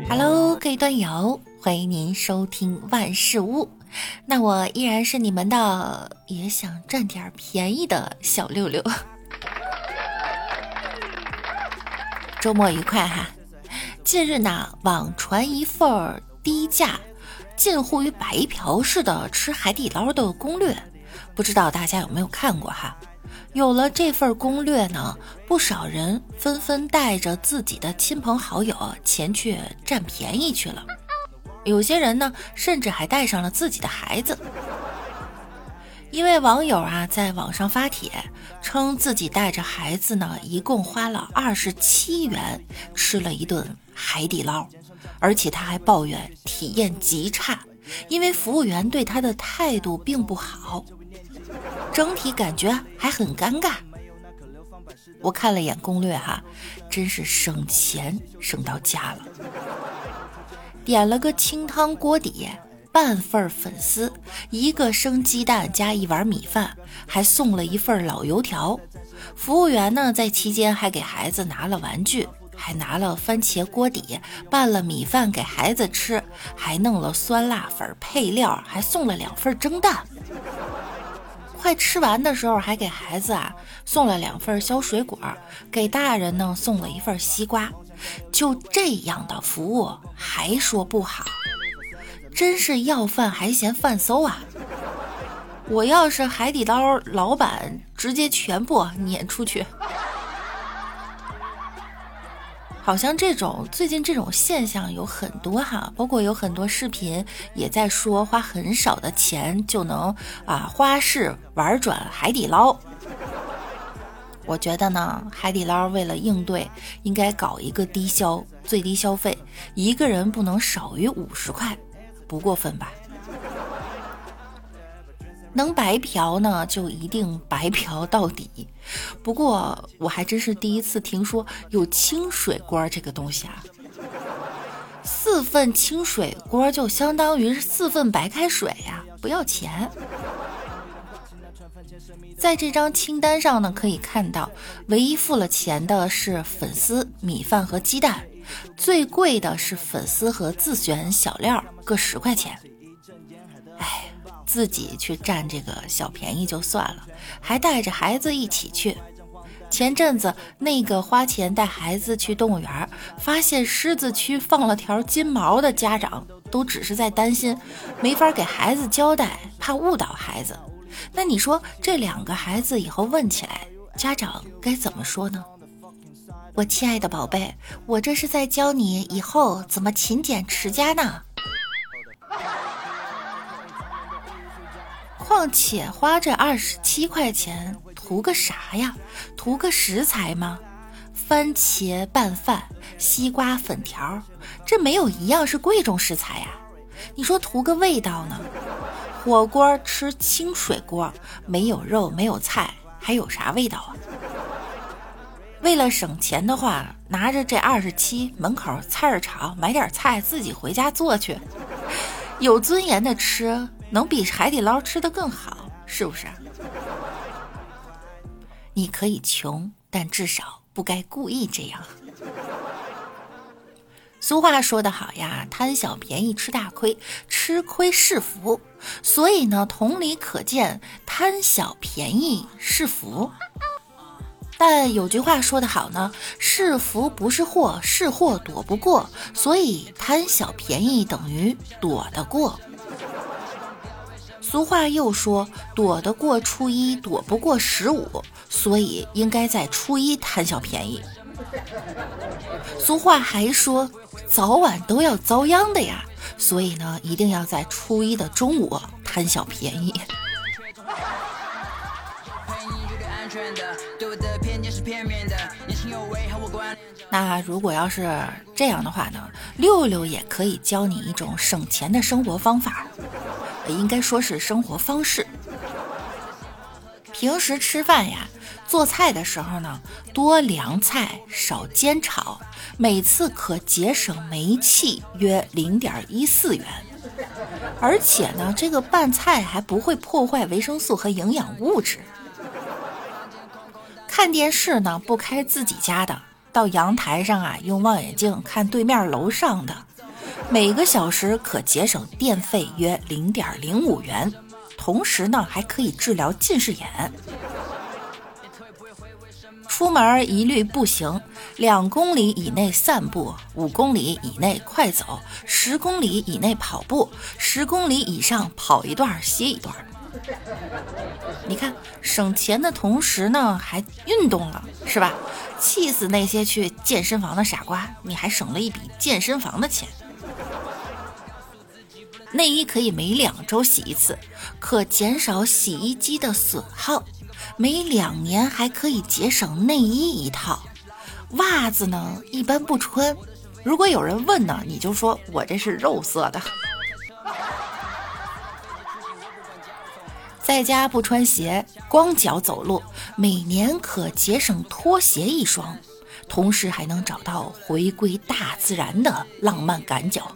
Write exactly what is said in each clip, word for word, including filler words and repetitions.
Hello， 各位段友，欢迎您收听万事屋。那我依然是你们的也想占点便宜的小六六。周末愉快哈！近日呢，网传一份低价近乎于白嫖式的吃海底捞的攻略，不知道大家有没有看过哈？有了这份攻略呢，不少人纷纷带着自己的亲朋好友前去占便宜去了。有些人呢，甚至还带上了自己的孩子。一位网友啊，在网上发帖称自己带着孩子呢，一共花了二十七元吃了一顿海底捞，而且他还抱怨体验极差，因为服务员对他的态度并不好。整体感觉还很尴尬。我看了眼攻略哈，真是省钱省到家了。点了个清汤锅底，半份粉丝，一个生鸡蛋加一碗米饭，还送了一份老油条。服务员呢，在期间还给孩子拿了玩具，还拿了番茄锅底，拌了米饭给孩子吃，还弄了酸辣粉配料，还送了两份蒸蛋。快吃完的时候还给孩子啊送了两份小水果，给大人呢送了一份西瓜。就这样的服务还说不好，真是要饭还嫌饭馊啊！我要是海底捞老板，直接全部撵出去。好像这种最近这种现象有很多哈，包括有很多视频也在说花很少的钱就能啊花式玩转海底捞。我觉得呢，海底捞为了应对，应该搞一个低消，最低消费，一个人不能少于五十块，不过分吧？能白嫖呢，就一定白嫖到底。不过我还真是第一次听说有清水锅这个东西啊。四份清水锅就相当于四份白开水呀、啊，不要钱。在这张清单上呢，可以看到唯一付了钱的是粉丝、米饭和鸡蛋，最贵的是粉丝和自选小料，各十块钱。哎，自己去占这个小便宜就算了，还带着孩子一起去。前阵子那个花钱带孩子去动物园，发现狮子区放了条金毛的家长都只是在担心没法给孩子交代，怕误导孩子。那你说这两个孩子以后问起来，家长该怎么说呢？我亲爱的宝贝，我这是在教你以后怎么勤俭持家呢。况且花这二十七块钱图个啥呀？图个食材吗？番茄拌饭，西瓜粉条，这没有一样是贵重食材呀。你说图个味道呢？火锅吃清水锅，没有肉没有菜，还有啥味道啊？为了省钱的话，拿着这二十七门口菜市场买点菜自己回家做去，有尊严的吃能比海底捞吃得更好，是不是？你可以穷，但至少不该故意这样。俗话说得好呀，贪小便宜吃大亏，吃亏是福。所以呢，同理可见，贪小便宜是福。但有句话说得好呢，是福不是祸，是祸躲不过，所以贪小便宜等于躲得过。俗话又说，躲得过初一，躲不过十五，所以应该在初一贪小便宜。俗话还说，早晚都要遭殃的呀，所以呢，一定要在初一的中午贪小便宜。那如果要是这样的话呢，六六也可以教你一种省钱的生活方法，应该说是生活方式。平时吃饭呀，做菜的时候呢，多凉菜少煎炒，每次可节省煤气约 零点一四元。而且呢，这个拌菜还不会破坏维生素和营养物质。看电视呢，不开自己家的，到阳台上啊，用望远镜看对面楼上的， 每个小时可节省电费约零点零五元，同时呢还可以治疗近视眼。出门一律步行，两公里以内散步，五公里以内快走，十公里以内跑步，十公里以上跑一段歇一段。你看，省钱的同时呢还运动了，是吧？气死那些去健身房的傻瓜，你还省了一笔健身房的钱。内衣可以每两周洗一次，可减少洗衣机的损耗，每两年还可以节省内衣一套。袜子呢一般不穿，如果有人问呢，你就说我这是肉色的。在家不穿鞋，光脚走路，每年可节省拖鞋一双，同时还能找到回归大自然的浪漫感脚。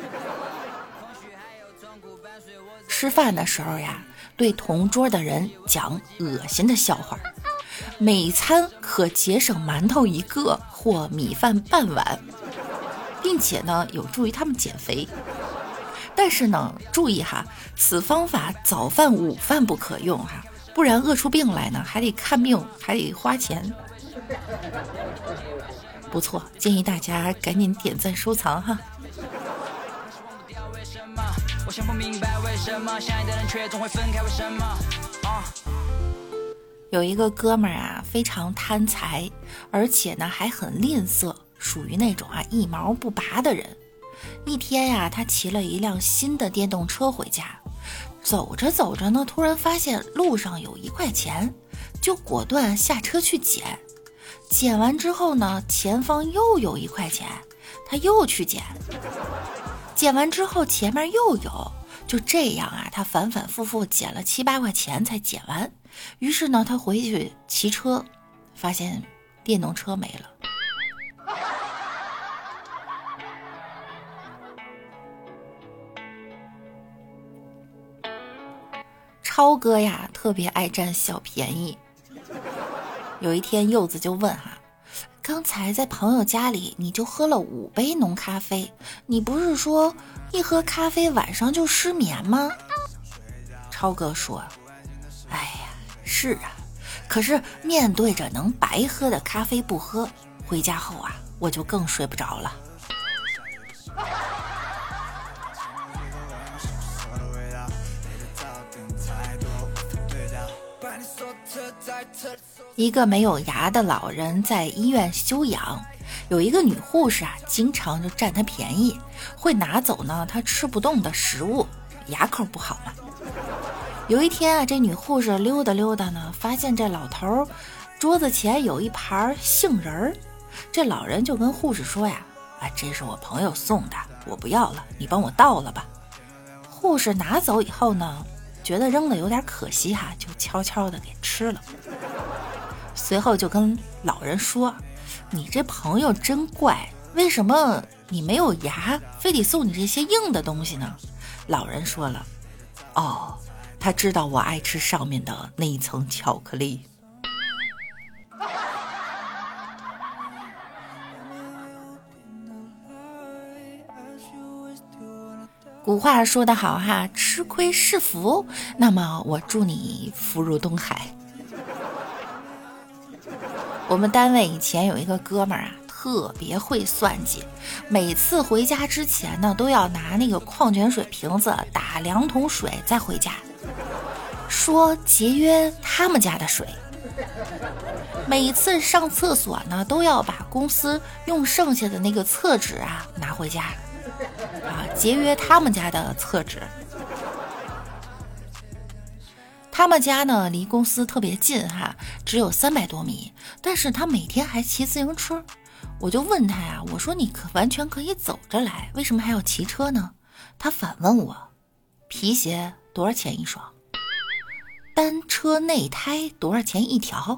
吃饭的时候呀，对同桌的人讲恶心的笑话，每餐可节省馒头一个或米饭半碗，并且呢有助于他们减肥。但是呢，注意哈，此方法早饭午饭不可用哈，不然饿出病来呢，还得看病，还得花钱。不错，建议大家赶紧点赞收藏哈。我想不明白为什么相爱的人却总会分开，为什么？有一个哥们儿啊，非常贪财，而且呢还很吝啬，属于那种啊一毛不拔的人。一天呀、啊，他骑了一辆新的电动车回家，走着走着呢，突然发现路上有一块钱，就果断下车去捡。捡完之后呢，前方又有一块钱，他又去捡。捡完之后前面又有，就这样啊，他反反复复捡了七八块钱才捡完。于是呢，他回去骑车，发现电动车没了。超哥呀，特别爱占小便宜。有一天，柚子就问哈，刚才在朋友家里你就喝了五杯浓咖啡，你不是说一喝咖啡晚上就失眠吗？超哥说，哎呀，是啊，可是面对着能白喝的咖啡不喝，回家后啊，我就更睡不着了。一个没有牙的老人在医院休养，有一个女护士啊，经常就占他便宜，会拿走呢他吃不动的食物，牙口不好嘛。有一天啊，这女护士溜达溜达呢，发现这老头桌子前有一盘杏仁儿，这老人就跟护士说呀，啊，这是我朋友送的，我不要了，你帮我倒了吧。护士拿走以后呢，觉得扔了有点可惜哈，就悄悄的给吃了。随后就跟老人说，你这朋友真怪，为什么你没有牙，非得送你这些硬的东西呢？老人说了，哦，他知道我爱吃上面的那一层巧克力。古话说得好哈，吃亏是福，那么我祝你福如东海。我们单位以前有一个哥们儿啊，特别会算计，每次回家之前呢，都要拿那个矿泉水瓶子打两桶水再回家，说节约他们家的水。每次上厕所呢，都要把公司用剩下的那个厕纸啊拿回家，啊，节约他们家的厕纸。他们家呢离公司特别近哈，只有三百多米，但是他每天还骑自行车。我就问他呀，我说你可完全可以走着来，为什么还要骑车呢？他反问我，皮鞋多少钱一双？单车内胎多少钱一条？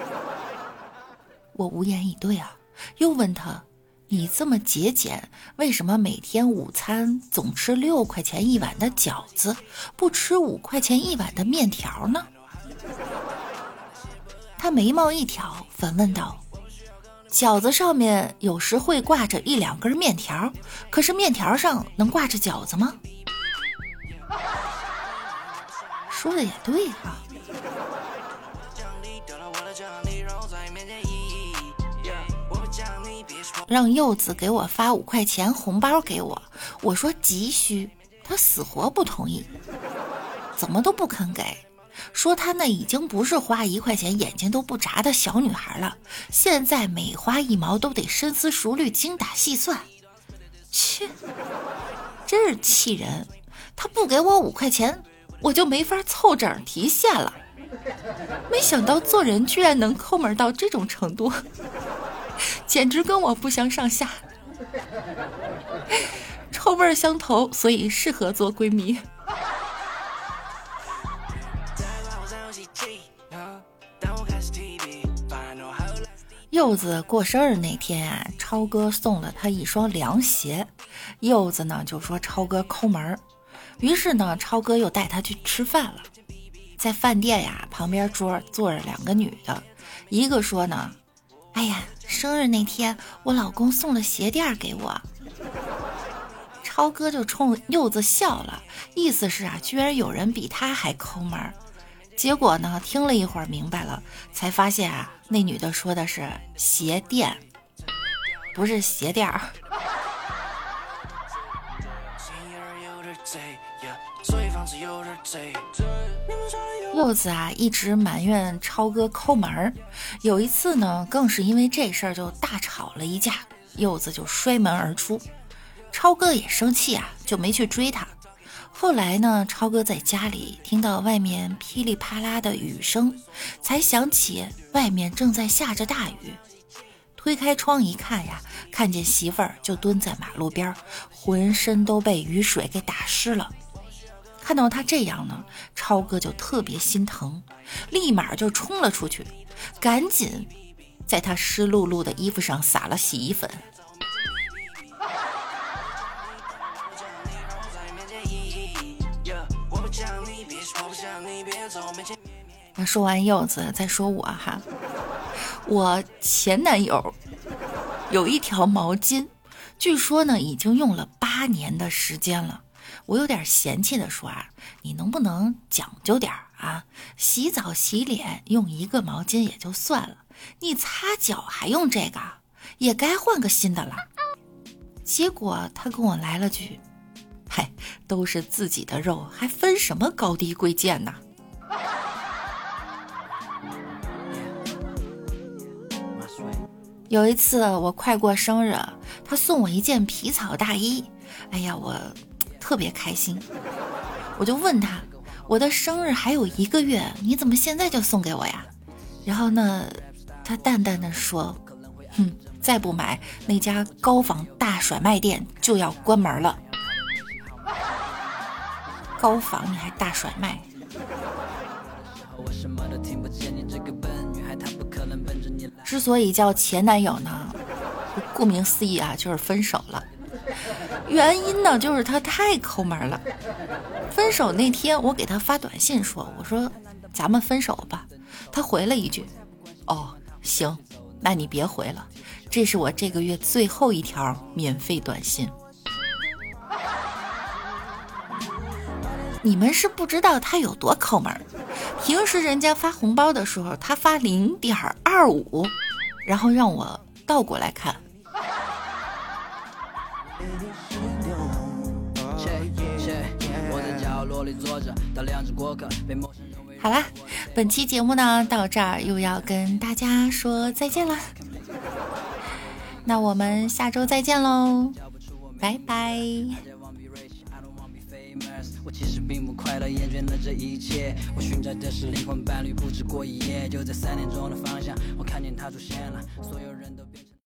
我无言以对啊，又问他，你这么节俭，为什么每天午餐总吃六块钱一碗的饺子，不吃五块钱一碗的面条呢？他眉毛一挑，反问道， 饺子上面有时会挂着一两根面条，可是面条上能挂着饺子吗？说的也对啊。让柚子给我发五块钱红包给我，我说急需，他死活不同意，怎么都不肯给，说他那已经不是花一块钱眼睛都不眨的小女孩了，现在每花一毛都得深思熟虑精打细算。切，真是气人，他不给我五块钱我就没法凑整提现了，没想到做人居然能抠门到这种程度，简直跟我不相上下。臭味相投，所以适合做闺蜜。柚子过生日那天啊，超哥送了他一双凉鞋，柚子呢就说超哥抠门，于是呢超哥又带他去吃饭了。在饭店呀，旁边桌坐着两个女的，一个说呢，哎呀，生日那天我老公送了鞋垫给我。超哥就冲柚子笑了，意思是啊，居然有人比他还抠门。结果呢，听了一会儿明白了，才发现啊，那女的说的是鞋垫，不是鞋垫儿。柚子啊，一直埋怨超哥抠门，有一次呢，更是因为这事儿就大吵了一架，柚子就摔门而出。超哥也生气啊，就没去追他。后来呢，超哥在家里听到外面噼里啪啦的雨声，才想起外面正在下着大雨。推开窗一看呀，看见媳妇儿就蹲在马路边，浑身都被雨水给打湿了。看到他这样呢，超哥就特别心疼，立马就冲了出去，赶紧在他湿漉漉的衣服上撒了洗衣粉。那说完柚子再说我哈，我前男友有一条毛巾，据说呢已经用了八年的时间了。我有点嫌弃的说啊，你能不能讲究点啊？洗澡洗脸用一个毛巾也就算了，你擦脚还用这个，也该换个新的了。结果他跟我来了句，嗨，都是自己的肉，还分什么高低贵贱呢？有一次我快过生日，他送我一件皮草大衣，哎呀，我特别开心。我就问他，我的生日还有一个月，你怎么现在就送给我呀？然后呢，他淡淡的说，哼，再不买那家高仿大甩卖店就要关门了。高仿你还大甩卖？之所以叫前男友呢，顾名思义啊，就是分手了。原因呢，就是他太抠门了。分手那天，我给他发短信说，我说咱们分手吧。他回了一句，哦，行，那你别回了，这是我这个月最后一条免费短信。你们是不知道他有多抠门，平时人家发红包的时候，他发零点二五，然后让我倒过来看。好啦，本期节目呢到这儿又要跟大家说再见了，那我们下周再见喽，拜拜。我其实并不快乐，厌倦了这一切，我寻找的是灵魂伴侣，不止过一夜。就在三点钟的方向，我看见他出现了，所有人都变成